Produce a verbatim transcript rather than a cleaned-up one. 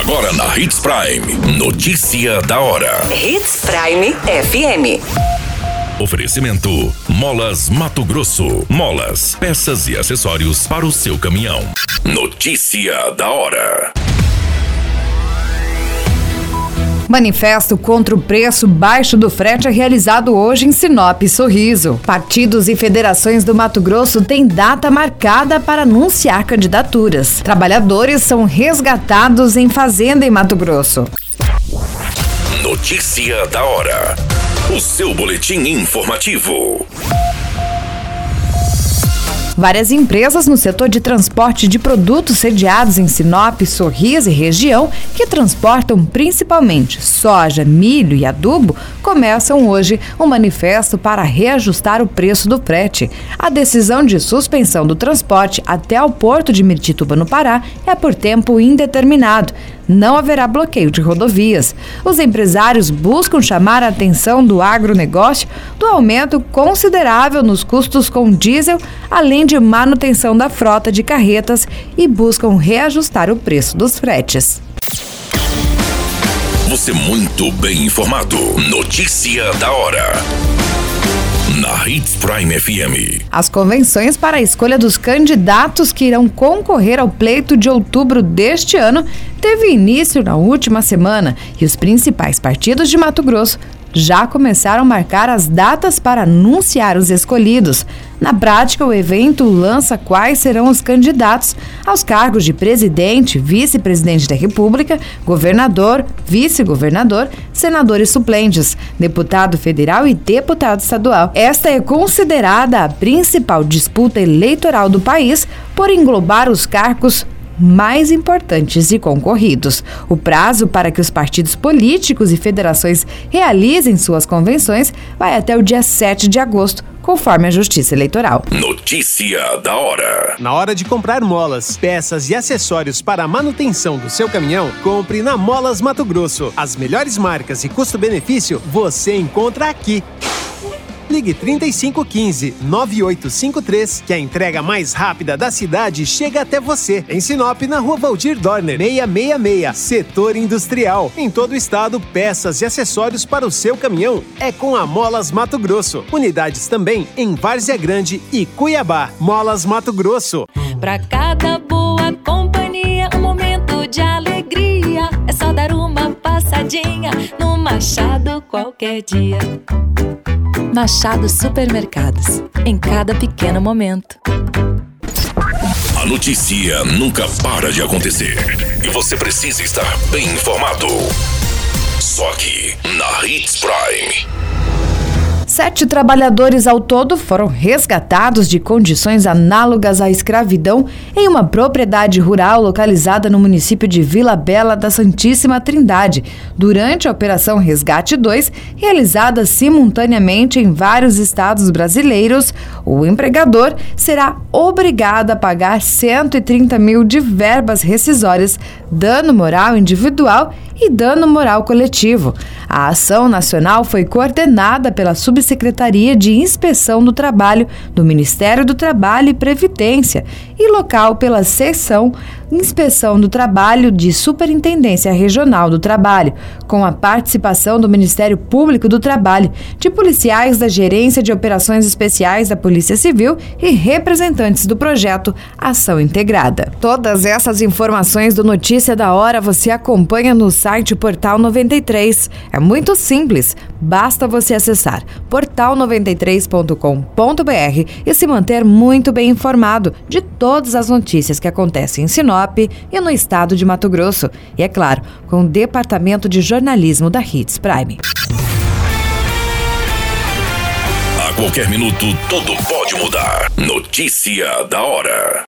Agora na Hits Prime. Notícia da hora. Hits Prime F M. Oferecimento Molas Mato Grosso. Molas, peças e acessórios para o seu caminhão. Notícia da hora. Manifesto contra o preço baixo do frete é realizado hoje em Sinop e Sorriso. Partidos e federações do Mato Grosso têm data marcada para anunciar candidaturas. Trabalhadores são resgatados em fazenda em Mato Grosso. Notícia da hora. O seu boletim informativo. Várias empresas no setor de transporte de produtos sediados em Sinop, Sorriso e região, que transportam principalmente soja, milho e adubo, começam hoje um manifesto para reajustar o preço do frete. A decisão de suspensão do transporte até ao porto de Miritituba, no Pará, é por tempo indeterminado. Não haverá bloqueio de rodovias. Os empresários buscam chamar a atenção do agronegócio do aumento considerável nos custos com diesel, além de manutenção da frota de carretas, e buscam reajustar o preço dos fretes. Você muito bem informado. Notícia da hora. Na Hits Prime F M. As convenções para a escolha dos candidatos que irão concorrer ao pleito de outubro deste ano teve início na última semana e os principais partidos de Mato Grosso já começaram a marcar as datas para anunciar os escolhidos. Na prática, o evento lança quais serão os candidatos aos cargos de presidente, vice-presidente da República, governador, vice-governador, senadores suplentes, deputado federal e deputado estadual. Esta é considerada a principal disputa eleitoral do país por englobar os cargos mais importantes e concorridos. O prazo para que os partidos políticos e federações realizem suas convenções vai até o dia sete de agosto, conforme a Justiça Eleitoral. Notícia da hora. Na hora de comprar molas, peças e acessórios para a manutenção do seu caminhão, compre na Molas Mato Grosso. As melhores marcas e custo-benefício você encontra aqui. Ligue trinta e cinco quinze, nove oito cinco três, que a entrega mais rápida da cidade chega até você. Em Sinop, na Rua Valdir Dorner, seiscentos e sessenta e seis, Setor Industrial. Em todo o estado, peças e acessórios para o seu caminhão é com a Molas Mato Grosso. Unidades também em Várzea Grande e Cuiabá. Molas Mato Grosso. Pra cada boa companhia, um momento de alegria. É só dar uma passadinha no Machado qualquer dia. Machado Supermercados, em cada pequeno momento. A notícia nunca para de acontecer e você precisa estar bem informado. Só aqui na Hits Prime. Sete trabalhadores ao todo foram resgatados de condições análogas à escravidão em uma propriedade rural localizada no município de Vila Bela da Santíssima Trindade, durante a Operação Resgate dois, realizada simultaneamente em vários estados brasileiros. O empregador será obrigado a pagar cento e trinta mil de verbas rescisórias, dano moral individual e dano moral coletivo. A ação nacional foi coordenada pela Subsecretaria de Inspeção do Trabalho do Ministério do Trabalho e Previdência e local pela Seção Inspeção do Trabalho de Superintendência Regional do Trabalho, com a participação do Ministério Público do Trabalho, de policiais da Gerência de Operações Especiais da Polícia Civil e representantes do projeto Ação Integrada. Todas essas informações do Notícia da Hora você acompanha no site Portal noventa e três. É muito simples, basta você acessar portal noventa e três ponto com ponto b r e se manter muito bem informado de todas as notícias que acontecem em Sinop e no estado de Mato Grosso. E é claro, com o Departamento de Jornalismo da Hits Prime. A qualquer minuto, tudo pode mudar. Notícia da hora.